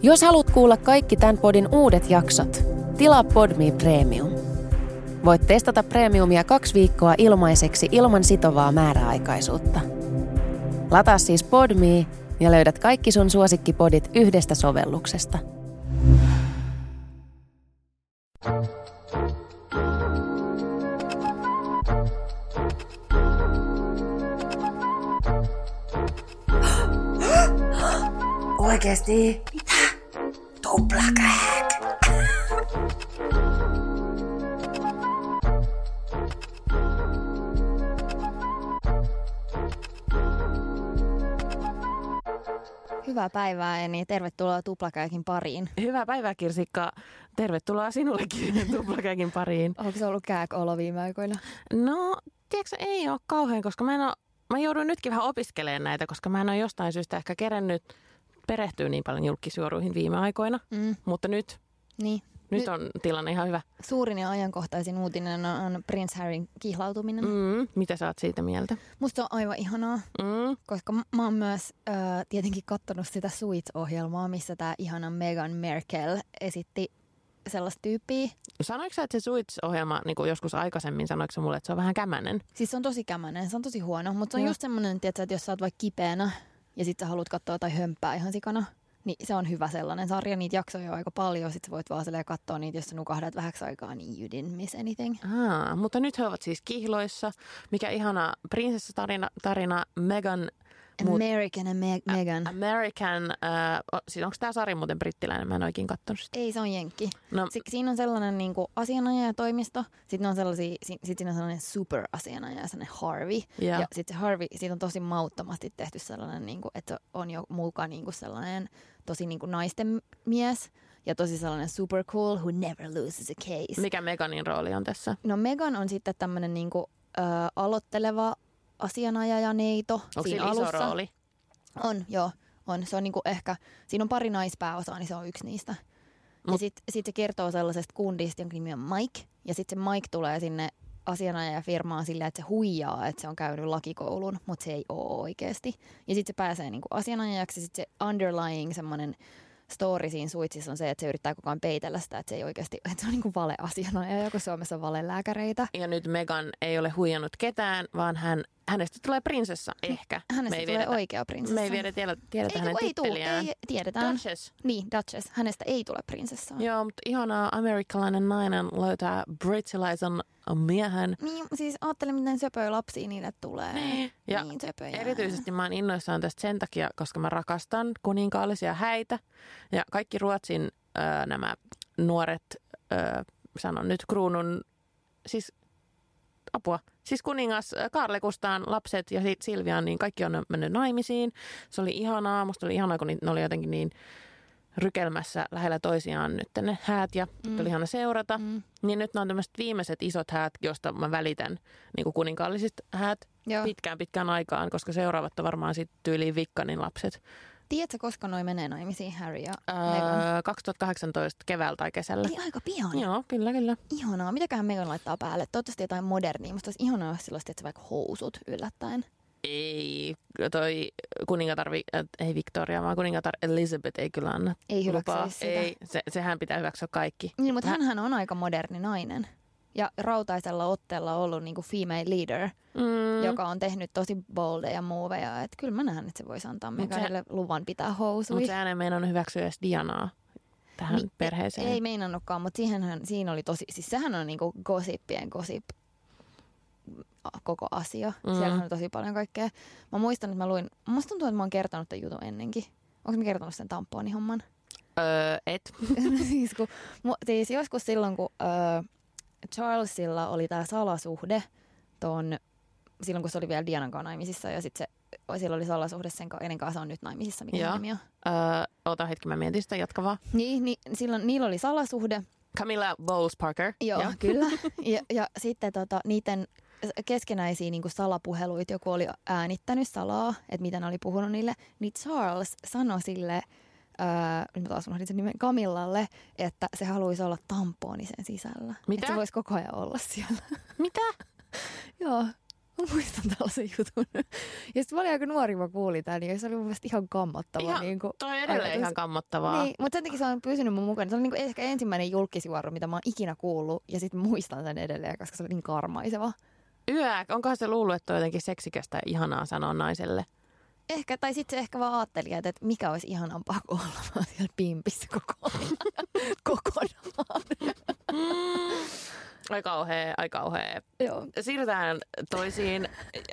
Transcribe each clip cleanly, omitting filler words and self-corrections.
Jos haluat kuulla kaikki tämän podin uudet jaksot, tilaa Podme Premium. Voit testata Premiumia 2 viikkoa ilmaiseksi ilman sitovaa määräaikaisuutta. Lataa siis Podme ja löydät kaikki sun suosikkipodit yhdestä sovelluksesta. Oikeesti? Mitä? Tuplakääk! Hyvää päivää Eni, tervetuloa Tuplakääkin pariin. Hyvää päivää Kirsikka, tervetuloa sinullekin Tuplakääkin pariin. Onko se ollut kääk-olo viime aikoina? No, tiedätkö, ei ole kauhean, koska mä joudun nytkin vähän opiskelemaan näitä, koska mä en ole jostain syystä ehkä kerennyt perehtyä niin paljon julkisjuoruihin viime aikoina, mutta nyt on tilanne ihan hyvä. Suurin ja ajankohtaisin uutinen on Prince Harryn kihlautuminen. Mitä sä oot siitä mieltä? Musta se on aivan ihanaa, koska mä oon myös tietenkin katsonut sitä Suits-ohjelmaa, missä tää ihana Meghan Markle esitti sellaista tyyppiä. Sanoitko sä, että se Suits-ohjelma niin kuin joskus aikaisemmin, sanoitko sä mulle, että se on vähän kämänen? Siis se on tosi kämänen, se on tosi huono, mutta se on just semmoinen, että jos sä oot vaikka kipeänä ja sit sä haluat katsoa jotain hömpää ihan sikana, niin se on hyvä sellainen sarja. Niitä jaksoja on aika paljon. Sit sä voit vaan katsoa niitä, jos sä nukahdat vähäksi aikaa, niin you didn't miss anything. Mutta nyt he ovat siis kihloissa. Mikä ihana prinsessatarina Meghan. American Meghan. American. Siis onko tämä sarja muuten brittiläinen? Mä en oikein katsonut sitä. Ei, se on jenkki. No. Siinä on sellainen niin kuin asianajajatoimisto. Sitten on siinä on sellainen super-asianajaja, sellainen Harvey. Yeah. Ja sitten se Harvey, siitä on tosi mauttomasti tehty sellainen, niin kuin, että on jo mukaan niin kuin sellainen tosi niin kuin naisten mies. Ja tosi sellainen super cool, who never loses a case. Mikä Meghanin rooli on tässä? No Meghan on sitten tämmöinen niin kuin, aloitteleva asianajajaneito. Onko siinä sillä alussa iso rooli? On, joo. On. Se on niinku ehkä, siinä on pari naispääosaa, niin se on yksi niistä. Ja sit se kertoo sellaisesta kundista, jonka nimi on Mike. Ja sitten se Mike tulee sinne asianajajafirmaan silleen, että se huijaa, että se on käynyt lakikoulun, mutta se ei ole oikeasti. Ja sitten se pääsee niinku asianajajaksi ja sitten se underlying semmoinen story siinä Suitsissa on se, että se yrittää koko ajan peitellä sitä, että se ei oikeasti, että se on niinku valeasianajaja, kun Suomessa on valelääkäreitä. Ja nyt Meghan ei ole huijannut ketään, vaan hänestä tulee prinsessa, ehkä. Hänestä tulee oikea prinsessa. Me ei vielä tiedetä hänen titteliään. Ei, tiedetään. Duchess. Niin, Duchess. Hänestä ei tule prinsessaa. Joo, mutta ihanaa amerikkalainen nainen löytää brittiläisen miehen. Niin, siis ajattele, miten söpöjä lapsia niille tulee. Ja niin, erityisesti mä oon innoissaan tästä sen takia, koska mä rakastan kuninkaallisia häitä. Ja kaikki Ruotsin nämä nuoret, sanon nyt kruunun, siis kuningas Kaarle Kustaan lapset ja Silvian, niin kaikki on mennyt naimisiin. Se oli ihanaa. Musta oli ihanaa, kun ne oli jotenkin niin rykelmässä lähellä toisiaan nyt ne häät ja oli ihana seurata. Niin nyt ne on tämmöiset viimeiset isot häät, josta mä välitän niin kuin kuninkaallisista häät pitkään aikaan, koska seuraavat on varmaan sitten tyyliin Vikkanin lapset. Tiedätkö, koska noi menee naimisiin, Harry ja Meghan? 2018 keväällä tai kesällä. Eli aika pian. Joo, kyllä. Ihanaa. Mitäköhän Meghan laittaa päälle? Toivottavasti jotain modernia. Musta olisi ihanaa, jos sellaista, että vaikka housut yllättäen. Ei, toi kuningatar, ei Victoria, vaan kuningatar Elizabeth ei kyllä anna. Ei hyväksyisi sitä. Ei, sehän pitää hyväksyä kaikki. Niin, mutta hänhän on aika moderni nainen. Ja rautaisella otteella ollut niinku female leader, joka on tehnyt tosi boldeja moveja. Että kyllä mä näen, että se voisi antaa Meghanille luvan pitää housuja. Mutta sehän ei meinannut hyväksyä edes Dianaa tähän perheeseen. Ei meinannutkaan, mutta siinä oli tosi, siis sehän on niinku gossipien gossip koko asia. Siellä on tosi paljon kaikkea. Mä muistan, että musta tuntuu, että mä oon kertonut tämän jutun ennenkin. Onko mä kertonut sen tamponihomman? Et. siis joskus silloin, kun Charlesilla oli tää salasuhde silloin, kun se oli vielä Dianan kanssa naimisissa ja sitten sillä oli salasuhde sen kanssa, ennen kanssa on nyt naimisissa, mikä nimi on. Ota hetki, mä mietin sitä, jatkavaa. Niin, silloin niillä oli salasuhde. Camilla Bowles Parker. Joo, kyllä. ja sitten niiden keskenäisiä niin kuin salapuheluita, joku oli äänittänyt salaa, että mitä ne oli puhunut niille, niin Charles sanoi sille, nyt mä taas unohdin sen nimen, Camillalle, että se haluaisi olla tamponi sen sisällä. Mitä? Että se voisi koko ajan olla siellä. Mitä? Joo. Mä muistan tällaisen jutun. Ja sitten mä olin aika nuori, mä kuulin tämän, ja se oli mun mielestä ihan kammottava. Ihan, toi edelleen ihan kammottavaa. Niin, mutta sen takia se on pysynyt mun mukana. Se oli niinku ehkä ensimmäinen julkisjuoru, mitä mä oon ikinä kuullut, ja sitten muistan sen edelleen, koska se oli niin karmaiseva. Onkohan se luullut, että on jotenkin seksikästä ja ihanaa sanoa naiselle? Ehkä, tai sitten se ehkä vaan ajatteli, että mikä olisi ihanampaa kuin olla vaan siellä pimpissä kokonaan. Ai kauhea. Joo. Siirrytään toisiin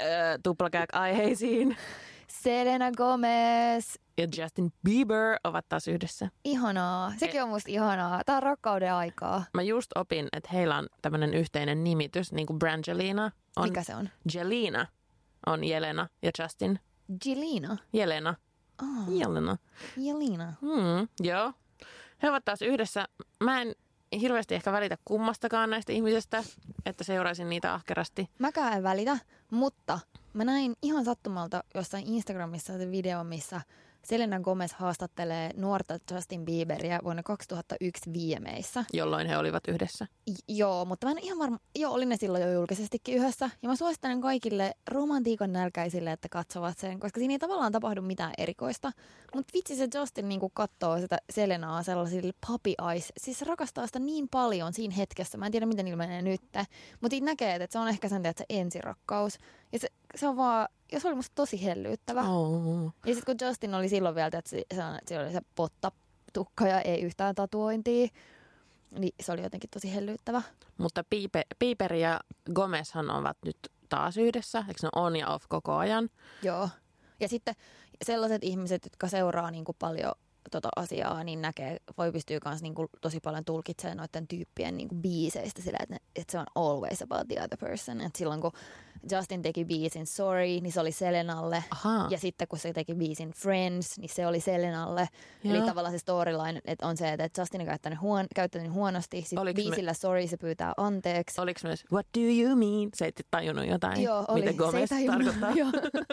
tuplakääk-aiheisiin. Selena Gomez. Ja Justin Bieber ovat taas yhdessä. Ihanaa. Sekin on musta ihanaa. Tää on rakkauden aikaa. Mä just opin, että heillä on tämmöinen yhteinen nimitys, niin kuin Brangelina on. Mikä se on? Jelena on Jelena ja Justin. Jelena. Jelena. Jelena. Jelena. Joo. He ovat taas yhdessä. Mä en hirveästi ehkä välitä kummastakaan näistä ihmisistä, että seuraisin niitä ahkerasti. Mäkään en välitä, mutta mä näin ihan sattumalta jossain Instagramissa se video, missä Selena Gomez haastattelee nuorta Justin Bieberia vuonna 2001 VMA:ssä. Jolloin he olivat yhdessä. Joo, mutta mä en ihan varma. Joo, oli ne silloin jo julkisestikin yhdessä. Ja mä suosittelen kaikille romantiikan nälkäisille, että katsovat sen, koska siinä ei tavallaan tapahdu mitään erikoista. Mutta vitsi se Justin niinku katsoo sitä Selenaa sellaisille puppy eyes. Siis se rakastaa sitä niin paljon siinä hetkessä. Mä en tiedä, miten niillä menee nyt. Mutta siitä näkee, että se on ehkä sen se ensirakkaus. Ja se on vaan... Ja se oli musta tosi hellyyttävä. Oh. Ja sitten kun Justin oli silloin vielä, että se oli se pottatukka ja ei yhtään tatuointia, niin se oli jotenkin tosi hellyyttävä. Mutta Bieber ja Gomezhan ovat nyt taas yhdessä. Eikö ne on ja off koko ajan? Joo. Ja sitten sellaiset ihmiset, jotka seuraa niin kuin paljon tota asiaa, niin voi pystyä myös niin kuin tosi paljon tulkitsemaan noiden tyyppien niin kuin biiseistä sillä, että se on always about the other person. Et silloin kun Justin teki biisin Sorry, niin se oli Selenalle. Aha. Ja sitten kun se teki biisin Friends, niin se oli Selenalle. Joo. Eli tavallaan se storyline että on se, että Justin on käyttänyt huonosti. Sitten biisillä Sorry se pyytää anteeksi. Oliko myös What do you mean? Se ei tajunnut jotain, joo, oli. mitä Gomez tarkoittaa. Joo.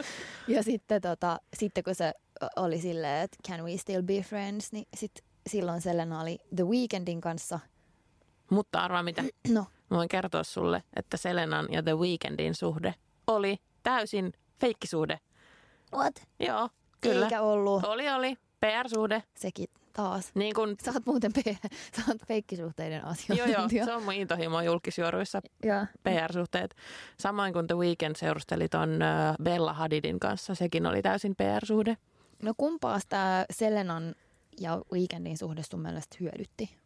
Ja sitten kun se oli silleen, että can we still be friends, niin silloin Selena oli The Weekndin kanssa. Mutta arvaa mitä? No. Mä voin kertoa sulle, että Selenan ja The Weekndin suhde oli täysin feikkisuhde. What? Joo, kyllä. Eikä ollut. Oli. PR-suhde. Sekin taas. Niin kun... Sä oot muuten sä oot feikkisuhteiden asiantuntija. Joo, se on mun intohimo julkisjuoruissa ja. PR-suhteet. Samoin kuin The Weeknd seurusteli ton Bella Hadidin kanssa, sekin oli täysin PR-suhde. No kumpaas tää Selenan ja Weekndin suhde sun mielestä hyödytti?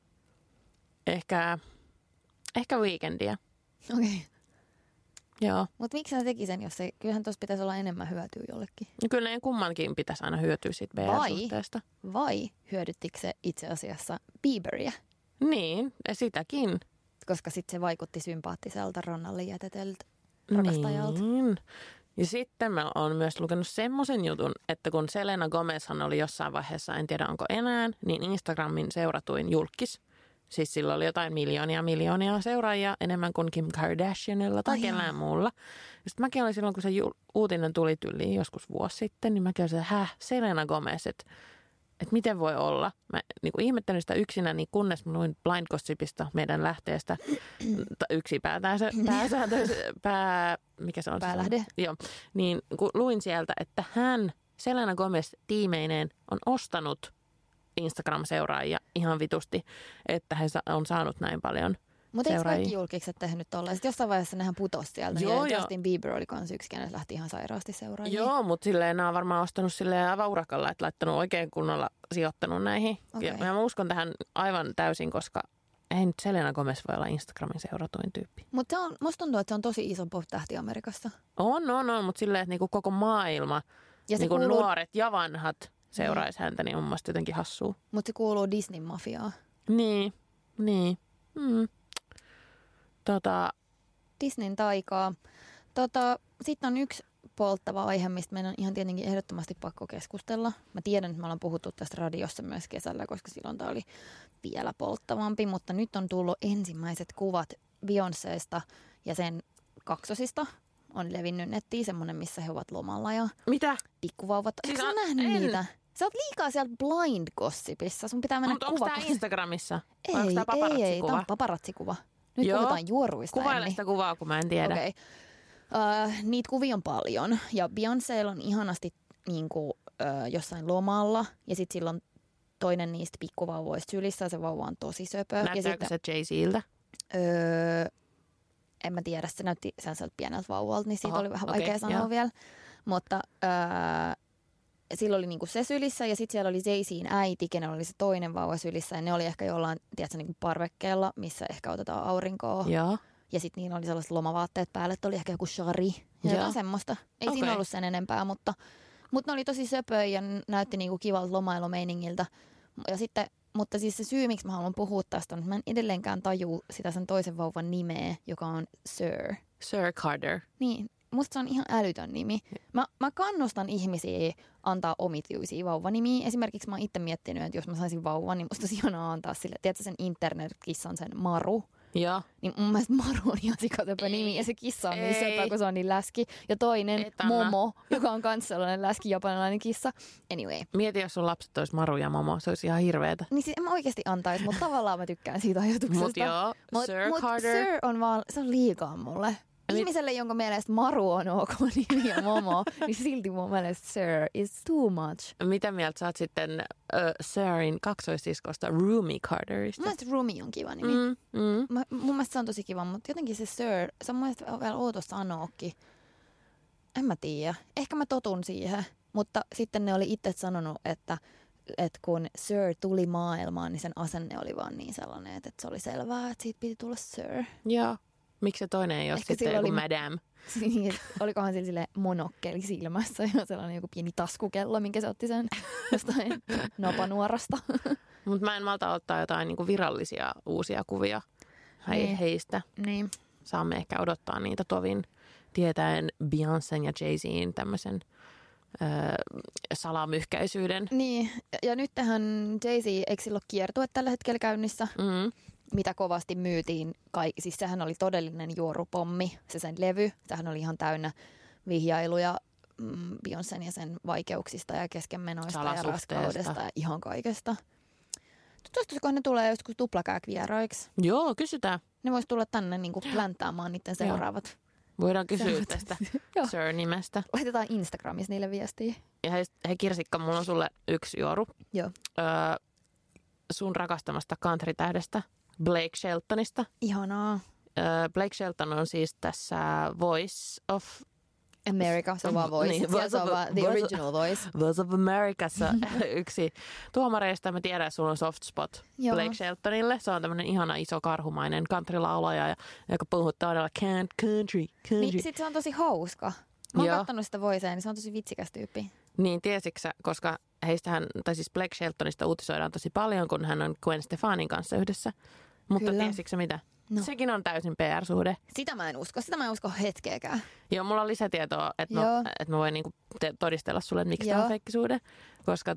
Ehkä Weekndia. Okei. Okay. Joo. Mutta miksi hän teki sen, jos kyllähän tuossa pitäisi olla enemmän hyötyä jollekin? No kyllä ne kummankin pitäisi aina hyötyä siitä PR-suhteesta. Vai hyödyttikö se itse asiassa Bieberia? Niin, sitäkin. Koska sitten se vaikutti sympaattiselta rannalle jätetöltä rakastajalta. Niin. Ja sitten mä oon myös lukenut semmoisen jutun, että kun Selena Gomezhan oli jossain vaiheessa, en tiedä onko enää, niin Instagramin seuratuin julkis. Siis sillä oli jotain miljoonia seuraajia enemmän kuin Kim Kardashianilla tai kellään muulla. Ja sitten mäkin olin silloin, kun se uutinen tuli tyyliin joskus vuosi sitten, niin mäkin olin, että Selena Gomez, että miten voi olla. Mä niin kuin ihmettänyt sitä yksinä, niin kunnes mä luin Blind Gossipista meidän lähteestä, mikä se on? Päälähde. Joo, niin kun luin sieltä, että Selena Gomez tiimeineen on ostanut Instagram-seuraajia ihan vitusti, että he on saanut näin paljon Mutta eikö kaikki julkikset tehnyt tolleen? Sitten jossain vaiheessa nehän putosi sieltä. Joo, ja Justin Bieber oli kans yksi, kenet lähti ihan sairaasti seuraajia. Joo, mutta silleen nämä on varmaan ostanut silleen avaurakalla, että laittanut oikein kunnolla sijoittanut näihin. Okay. Ja mä uskon tähän aivan täysin, koska ei nyt Selena Gomez voi olla Instagramin seuratuin tyyppi. Mutta musta tuntuu, että se on tosi iso pop-tähti Amerikassa. On, mutta silleen, että niinku koko maailma, ja niinku nuoret ja vanhat seuraisi häntä, niin on mun mielestä jotenkin hassua. Mutta se kuuluu Disney-mafiaan. Niin. Disneyn taikaa. Sitten on yksi polttava aihe, mistä meidän on ihan tietenkin ehdottomasti pakko keskustella. Mä tiedän, että me ollaan puhuttu tästä radiossa myös kesällä, koska silloin tämä oli vielä polttavampi. Mutta nyt on tullut ensimmäiset kuvat Beyoncésta ja sen kaksosista. On levinnyt nettiin semmoinen, missä he ovat lomalla ja mitä? Pikkuvauvat. Eikö sä nähnyt niitä? Sä oot liikaa sieltä Blind Gossipissa. Sun pitää mennä kuva. Onko tämä Instagramissa? Ei, tämä tämä on paparazzikuva. Nyt puhutaan juoruista. Kuvaile sitä kuvaa, kun mä en tiedä. Okay. Niitä kuvia on paljon. Ja Beyoncélla on ihanasti niinku, jossain lomalla. Ja sitten silloin toinen niistä pikkuvauvoista sylissä. Ja se vauva on tosi söpö. Näyttääkö se Jay-Ziltä? En mä tiedä. Se näytti sellaiselta pieneltä vauvalta, niin siitä oli vähän vaikea sanoa vielä. Mutta sillä oli niinku se sylissä ja sitten siellä oli Jay-Zin äiti, kenellä oli se toinen vauva sylissä. Ja ne oli ehkä jollain, tiedätkö, niinku parvekkeella, missä ehkä otetaan aurinkoa. Joo. Ja sitten niillä oli sellaiset lomavaatteet päälle, että oli ehkä joku shari ja jotain semmoista. Ei siinä ollut sen enempää, mutta ne oli tosi söpöjä ja näytti niinku kivalta lomailumeiningiltä. Ja sitten, mutta siis se syy, miksi mä haluan puhua tästä, on, että mä en edelleenkään tajua sitä sen toisen vauvan nimeä, joka on Sir. Sir Carter. Niin, musta se on ihan älytön nimi. Mä kannustan ihmisiä antaa omituisia vauvanimiä. Esimerkiksi mä oon itse miettinyt, että jos mä saisin vauvan, niin musta olisi ihanaa antaa sille, tiedätkö sen internetkissan sen Maru. Joo. Niin mun mielestä Maru on ihan sikasöpö nimi ja se kissa on niin söpö, kun se on niin läski. Ja toinen Momo, joka on kans sellainen läski japanilainen kissa. Anyway. Mieti, jos sun lapset olisi Maru ja Momo, se olisi ihan hirveetä. Niin siis en mä oikeasti antaisi, mutta tavallaan mä tykkään siitä ajatuksesta. Mut joo, Sir Carter. Sir on vaan, se on liikaa mulle. Ihmiselle, jonka mielestä Maru on ok nimi ja Momo, niin silti mun mielestä Sir is too much. Mitä mieltä sä oot sitten Sirin kaksoissiskosta Rumi Carterista? Mun mielestä Rumi on kiva nimi. Mun mielestä se on tosi kiva, mutta jotenkin se Sir, se on mun mielestä vielä outo sanoakin. En mä tiedä. Ehkä mä totun siihen, mutta sitten ne oli itse sanonut, että kun Sir tuli maailmaan, niin sen asenne oli vaan niin sellainen, että se oli selvää, että siitä piti tulla Sir. Joo. Miksi se toinen ei ole sitten joku madame? Olikohan sillä sille monokkeli silmässä ja sellainen joku pieni taskukello, minkä se otti sen jostain napanuorasta. Mutta mä en malta ottaa jotain niinku virallisia uusia kuvia heistä. Niin. Saamme ehkä odottaa niitä tovin tietäen Beyoncén ja Jay-Zin tämmöisen salamyhkäisyyden. Niin, ja nyt tähän Jay-Z, eikö sillä ole kiertue tällä hetkellä käynnissä? Mitä kovasti myytiin. Siis sehän oli todellinen juorupommi, se sen levy. Sehän oli ihan täynnä vihjailuja Beyoncén ja sen vaikeuksista ja keskenmenoista ja raskaudesta ja ihan kaikesta. Toivottavasti ne tulee joskus tuplakääk-vieraiksi. Joo, kysytään. Ne vois tulla tänne niinku plänttaamaan niiden seuraavat. Voidaan kysyä tästä Sir-nimestä. Laitetaan Instagramissa niille viestiä. Ja hei Kirsikka, mulla on sulle yksi juoru. Joo. Sun rakastamasta country-tähdestä, Blake Sheltonista. Ihanaa. Blake Shelton on siis tässä Voice of America, se on vaan Voice. Niin, se on vaan the original Voice. Voice of Americassa yksi tuomareista. Mä tiedän, että sulla on soft spot Blake Sheltonille. Se on tämmöinen ihana iso karhumainen country-laulaja, joka puhuu todella country. Niin, sit se on tosi hauska. Mä oon kattonut sitä Voicea, niin se on tosi vitsikäs tyyppi. Niin, tiesitkö koska heistähän, tai siis Blake Sheltonista uutisoidaan tosi paljon, kun hän on Gwen Stefanin kanssa yhdessä. Mutta tiesitkö mitä? No. Sekin on täysin PR-suhde. Sitä mä en usko hetkeäkään. Joo, mulla on lisätietoa, että mä voin niinku todistella sulle, että miksi tämä on feikkisuhde. Koska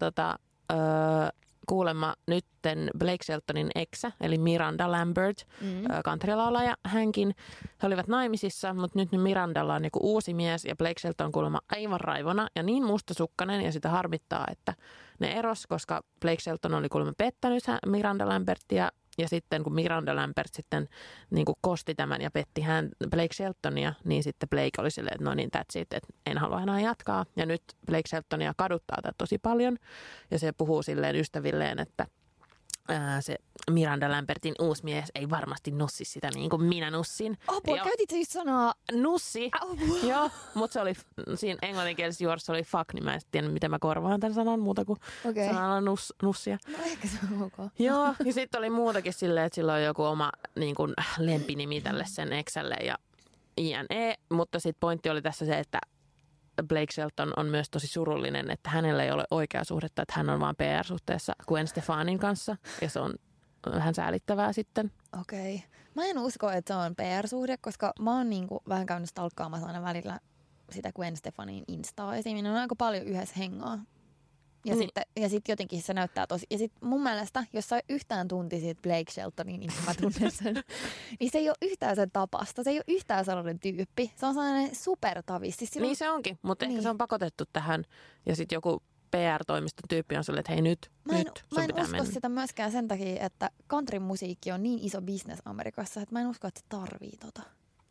kuulemma nytten Blake Sheltonin eksä, eli Miranda Lambert, countrylaulaja, hänkin. He olivat naimisissa, mutta nyt Mirandalla on joku uusi mies ja Blake Shelton on kuulemma aivan raivona ja niin mustasukkainen ja sitä harmittaa, että ne eros, koska Blake Shelton oli kuulemma pettänyt Miranda Lambertia. Ja sitten kun Miranda Lambert sitten niin kuin kosti tämän ja petti hän Blake Sheltonia, niin sitten Blake oli silleen, että no niin, that's it, että en halua enää jatkaa. Ja nyt Blake Sheltonia kaduttaa tätä tosi paljon ja se puhuu silleen ystävilleen, että se Miranda Lambertin uusi mies ei varmasti nussi sitä niin kuin minä nussin. Käytit sä just sanaa nussi? Joo, mutta se oli siinä englanninkielisessä juorossa oli fuck, niin mä en tiedä, miten mä korvaan tämän sanan muuta kuin sanalla nussia. No ehkä se on ok. Joo, ja sitten oli muutakin silleen, että sillä on joku oma niin kuin lempinimi tälle sen eksälle ja INE, mutta sitten pointti oli tässä se, että Blake Shelton on myös tosi surullinen, että hänellä ei ole oikea suhdetta, että hän on vaan PR-suhteessa Gwen Stefanin kanssa ja se on vähän säälittävää sitten. Okei. Mä en usko, että se on PR-suhde, koska mä oon niinku vähän käynyt stalkkaamassa aina välillä sitä Gwen Stefanin Instaa. Ja siinä on aika paljon yhdessä hengaa. Ja sitten jotenkin se näyttää tosi. Ja sitten mun mielestä, jos sä yhtään tuntisit Blake Sheltonin, niin mä tunnen sen, niin se ei ole yhtään sen tapasta. Se ei ole yhtään sellainen tyyppi. Se on sellainen supertavis. Siis niin se onkin, mutta ehkä se on pakotettu tähän. Ja sitten joku PR-toimiston tyyppi on sellainen, että hei nyt sun pitää mennä. Mä en usko sitä myöskään sen takia, että country-musiikki on niin iso business Amerikassa, että mä en usko, että se tarvii tota.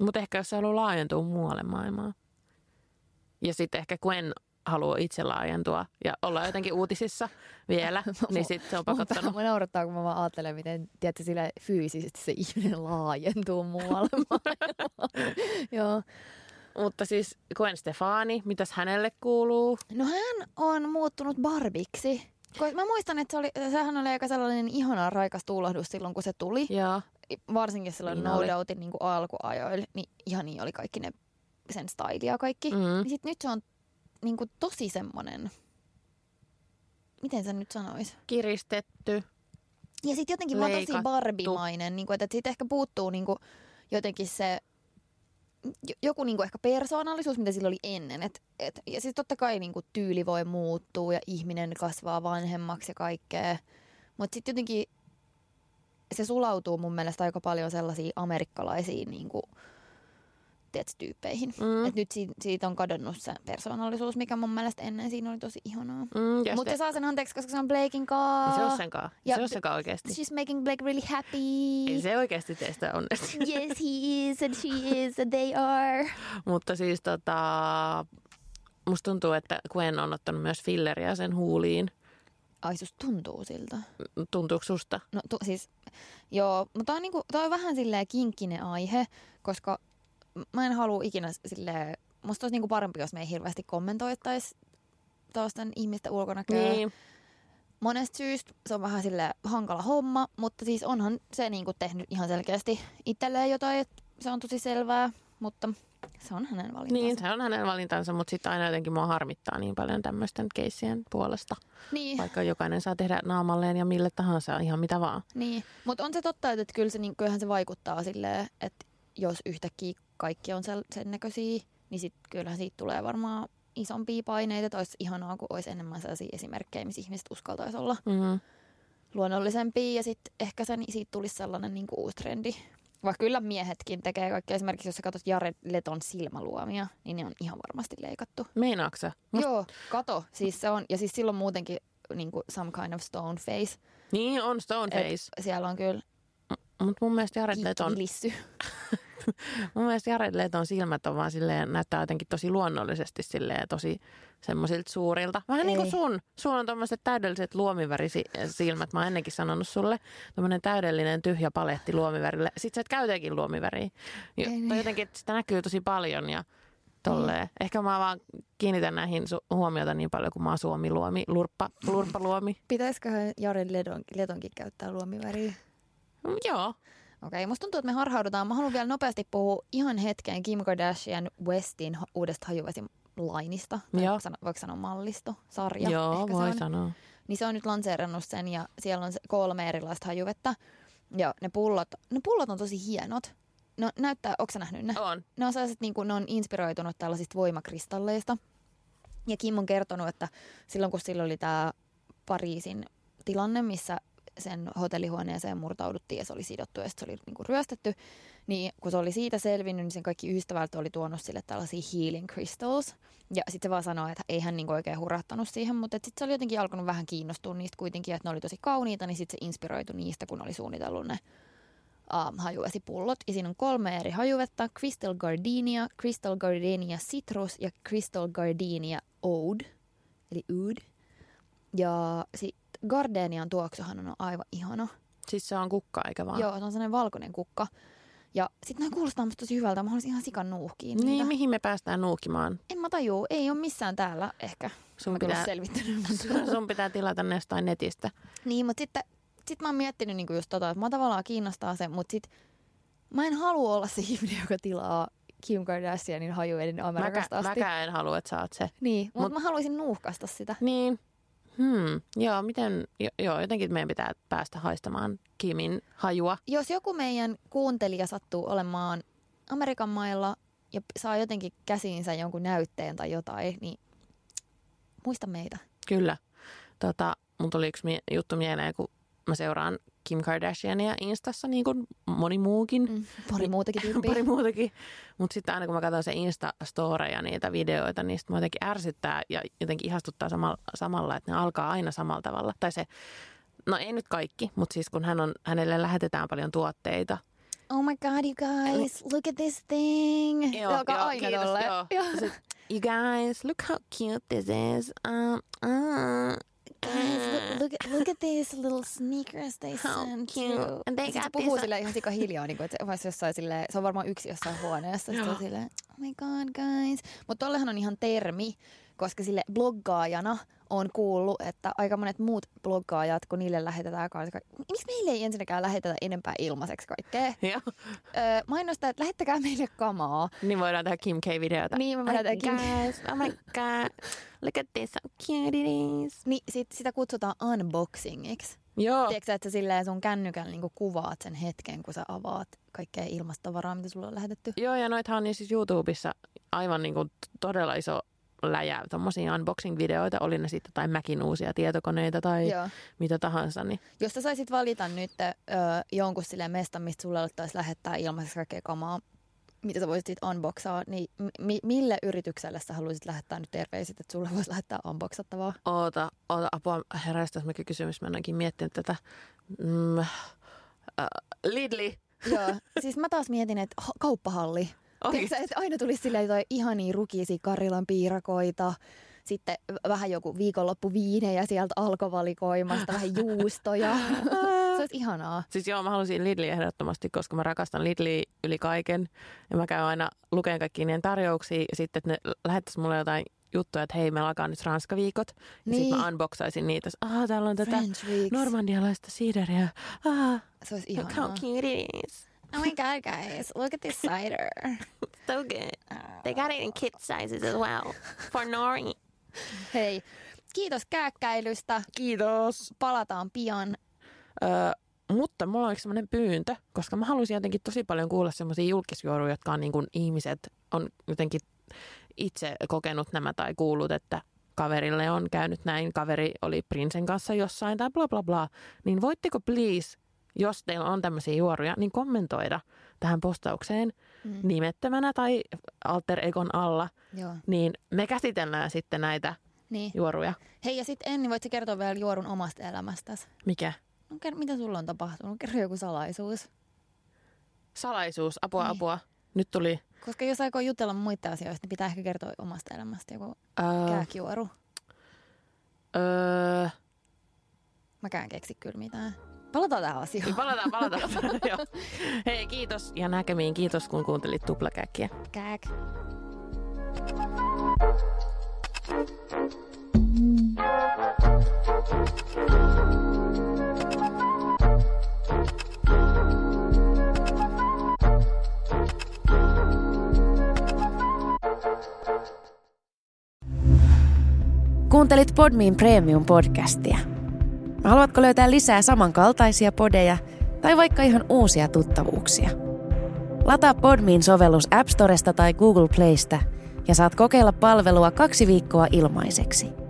Mutta ehkä jos se haluaa laajentua muualle maailmaan. Ja sitten ehkä Gwen haluaa itse laajentua ja olla jotenkin uutisissa vielä, niin sitten se on pakottanut. Mä naurattaa, kun mä vaan ajattelen, miten tiedätkö, sillä fyysisesti se ihminen laajentuu muualle maailmaan. Joo. Mutta siis Gwen Stefani, mitäs hänelle kuuluu? No hän on muuttunut Barbiksi. Mä muistan, että sehän oli aika sellainen ihana raikas tuulahdus silloin, kun se tuli. Joo. Varsinkin silloin Niin No oli. Doubtin niin kuin alkuajoilla, niin ihan niin oli kaikki ne sen style ja kaikki. Niin sit nyt se on niin kuin tosi semmonen, miten sen nyt sanois? Kiristetty. Ja sitten jotenkin vaan tosi Leikattu. barbimainen, niin kuin, että siitä ehkä puuttuu niin kuin jotenkin se joku niin kuin ehkä persoonallisuus, mitä sillä oli ennen. Ja siis totta kai niin kuin tyyli voi muuttua ja ihminen kasvaa vanhemmaksi ja kaikkea. Mutta sitten jotenkin se sulautuu mun mielestä aika paljon sellaisiin amerikkalaisiin niin kuin, tiedätkö, tyyppeihin. Et nyt siitä on kadonnut se persoonallisuus, mikä mun mielestä ennen siinä oli tosi ihanaa. Mutta se saa sen anteeksi, koska se on Blaken kaa. Ei se ole senkaan. Ja Se on senkaan oikeasti. She's making Blake really happy. Ei se oikeasti teistä onnistu. Yes, he is and she is and they are. Mutta siis musta tuntuu, että Gwen on ottanut myös filleriä sen huuliin. Ai susta tuntuu siltä. Tuntuuko susta? No siis, joo, mutta toi on vähän silleen kinkkinen aihe, koska mä en halua ikinä silleen, musta olisi niinku parempi, jos me ei hirveästi kommentoittaisi tuosten ihmisten ulkonäköä. Niin. Monesta syystä se on vähän silleen hankala homma, mutta siis onhan se niinku tehnyt ihan selkeästi itselleen jotain, että se on tosi selvää, mutta se on hänen valintansa. Niin, se on hänen valintansa, mutta sitten aina jotenkin mua harmittaa niin paljon tämmöisten keissien puolesta. Niin. Vaikka jokainen saa tehdä naamalleen ja mille tahansa ihan mitä vaan. Niin, mutta on se totta, että kyllä kyllähän se vaikuttaa silleen, että jos yhtäkkiä kaikki on sen näköisiä, niin sitten kyllähän siitä tulee varmaan isompia paineita. Että olisi ihanaa, kun olisi enemmän sellaisia esimerkkejä, missä ihmiset uskaltaisi olla luonnollisempia. Ja sitten ehkä siitä tulisi sellainen niin kuin uusi trendi. Vaikka kyllä miehetkin tekee kaikkea. Esimerkiksi jos sä katsot Jared Leton silmäluomia, niin ne on ihan varmasti leikattu. Meinaatko sä? Joo, kato. Siis se on, ja siis silloin muutenkin niin kuin some kind of stone face. Niin, on stone face. Siellä on kyllä Mutta mun mielestä Jared Leton silmät on vaan silleen, näyttää jotenkin tosi luonnollisesti silleen, tosi semmoisilta suurilta. Vähän niin kuin sun on tommoiset täydelliset luomivärisilmät. Mä oon ennenkin sanonut sulle. Tommoinen täydellinen tyhjä paletti luomivärille. Sitten sä et käytäkin luomiväriä. Tai jotenkin sitä näkyy tosi paljon ja tolleen. Ehkä mä vaan kiinnitän näihin huomiota niin paljon, kun mä oon suomiluomi, lurppaluomi. Pitäisiköhän Jared Letonkin käyttää luomiväriä? Joo. Okei, musta tuntuu, että me harhaudutaan. Mä haluan vielä nopeasti puhua ihan hetken Kim Kardashian Westin uudesta hajuvesilainista. Voiko sanoa mallisto, sarja? Joo, ehkä voi sanoa. Niin se on nyt lanseerannut sen ja siellä on 3 erilaista hajuvettä. Ja ne pullot on tosi hienot. No näyttää, ootko sä nähnyt ne? On. Ne on sellaiset, niin kuin, ne on inspiroitunut tällaisista voimakristalleista. Ja Kim on kertonut, että silloin kun sillä oli tämä Pariisin tilanne, missä sen hotellihuoneeseen murtauduttiin ja se oli sidottu ja se oli niin kuin ryöstetty, niin kun se oli siitä selvinnyt, niin sen kaikki ystävät oli tuonut sille tällaisia healing crystals. Ja sitten se vaan sanoi, että ei hän niin kuin oikein hurahtanut siihen, mutta sitten se oli jotenkin alkanut vähän kiinnostua niistä kuitenkin, että ne oli tosi kauniita, niin sitten se inspiroitui niistä, kun oli suunnitellut ne hajuvesipullot. Ja siinä on 3 eri hajuvetta, Crystal Gardenia Citrus ja Crystal Gardenia Oud, eli Oud. Ja sitten Gardenian tuoksuhan on aivan ihana. Siis se on kukka, eikä vaan? Joo, se on sellainen valkoinen kukka. Ja sitten nämä kuulostaa musta tosi hyvältä. Mä haluaisin ihan sikan nuuhkiin niitä. Niin, mihin me päästään nuuhkimaan? En mä tajuu. Ei ole missään täällä ehkä. Sun pitää tilata ne jostain netistä. Niin, mutta sitten mä oon miettinyt niinku just että mä tavallaan kiinnostaa se, mutta sitten mä en halua olla se ihminen, joka tilaa Kim Kardashianin hajuveden Amerikasta asti. Mäkään en halua, että sä oot se. Niin, mutta mä haluaisin nuuhkasta sitä. Niin. Joo, jotenkin meidän pitää päästä haistamaan Kimin hajua. Jos joku meidän kuuntelija sattuu olemaan Amerikan mailla ja saa jotenkin käsiinsä jonkun näytteen tai jotain, niin muista meitä. Kyllä. Mun tuli yksi juttu mieleen, kun mä seuraan Kim Kardashiania Instassa, niin kuin moni muukin. Pari muutakin tyyppiä. Pari muutakin. Mutta sitten aina kun mä katson se Insta-storeja, niitä videoita, niin sitten mä jotenkin ärsyttää ja jotenkin ihastuttaa samalla, että ne alkaa aina samalla tavalla. Tai se, no ei nyt kaikki, mutta siis kun hänelle lähetetään paljon tuotteita, oh my god you guys, look at this thing. Joo, aina kiitos, tolle. joo. You guys, look how cute this is. Guys, look at these little sneakers they How sent cute. you. And they Sitten se got puhuu this- silleen ihan sika hiljaa, niin kuin, että se on varmaan yksi jossain huoneessa. Sitten on silleen, oh my god guys. Mutta tollehan on ihan termi, koska sille bloggaajana on kuullut, että aika monet muut bloggaajat, kun niille lähetetään kanssa, miksi meille ei ensinnäkään lähetetä enempää ilmaiseksi kaikkea? Joo. Mainostaa, että lähettäkää meille kamaa. Niin voidaan tehdä Kim K-videota. Niin, me voidaan tehdä Kim K. Guys, oh my god. Look at this, how cute it is. Niin sitä kutsutaan unboxingiksi. Joo. Tiedätkö, että sä silleen sun kännykällä niinku kuvaat sen hetken, kun sä avaat kaikkea ilmastavaraa, mitä sulla on lähetetty? Joo, ja noitahan on niin siis YouTubessa aivan niin kuin todella iso läjä. Tommosia unboxing-videoita, oli ne sitten tai Macin uusia tietokoneita tai Joo. mitä tahansa. Niin. Jos sä saisit valita nyt jonkun silleen mestan, mistä sulle alettaisiin lähettää ilmaiseksi kaikkea kamaa, mitä sä voisit siitä unboxaa, niin mille yritykselle sä haluaisit lähettää nyt terveiset, että sulle voisi lähettää unboxattavaa? Oota, apua, herästäisi mäkin kysymys. Mä ainakin miettinyt tätä. Lidli. Joo, siis mä taas mietin, että kauppahalli. Tiedätkö, että aina tulisi silleen jotain ihania rukisia Karilan piirakoita, sitten vähän joku viikonloppuviinejä sieltä alkovalikoimasta, vähän juustoja. Se olisi ihanaa. Siis joo, mä halusin Lidliä ehdottomasti, koska mä rakastan Lidliä yli kaiken. Ja mä käyn aina lukemaan kaikkia niiden tarjouksia. Ja sitten, että ne lähettäisi mulle jotain juttuja, että hei, meillä alkaa nyt Ranska-viikot. Ja Niin. sitten mä unboxaisin niitä. Täällä on tätä French Weeks. normandialaista siideria. Se olisi Look how ihanaa. cute it is. Oh my god, guys, look at this cider. So good. They got it in kid sizes as well. For Nori. Hei, kiitos kääkkäilystä. Kiitos. Palataan pian. Mutta mulla on yksi sellainen pyyntö, koska mä haluaisin jotenkin tosi paljon kuulla semmoisia julkisjuoruja, jotka on niin kuin ihmiset on jotenkin itse kokenut nämä tai kuullut, että kaverille on käynyt näin, kaveri oli prinsen kanssa jossain tai bla bla bla. Niin voitteko please, jos teillä on tämmöisiä juoruja, niin kommentoida tähän postaukseen nimettömänä tai alter egon alla, Joo. niin me käsitellään sitten näitä Niin. juoruja. Hei, ja sitten Enni, voitko kertoa vielä juorun omasta elämästäsi? Mikä? No, mitä sulla on tapahtunut? Kerro joku salaisuus. Salaisuus, apua, Niin. apua. Nyt tuli... Koska jos aikoo jutella muita asioista, niin pitää ehkä kertoa omasta elämästä joku kääkjuoru. Mäkään keksi kyllä mitään. Palataan tähän asiaan. Palataan. Joo. Hei, kiitos ja näkemiin. Kiitos, kun kuuntelit Tuplakäkkiä. Kääk. Kuuntelit Podmin Premium-podcastia. Haluatko löytää lisää samankaltaisia podeja tai vaikka ihan uusia tuttavuuksia? Lataa Podmin sovellus App Storesta tai Google Playsta ja saat kokeilla palvelua 2 viikkoa ilmaiseksi.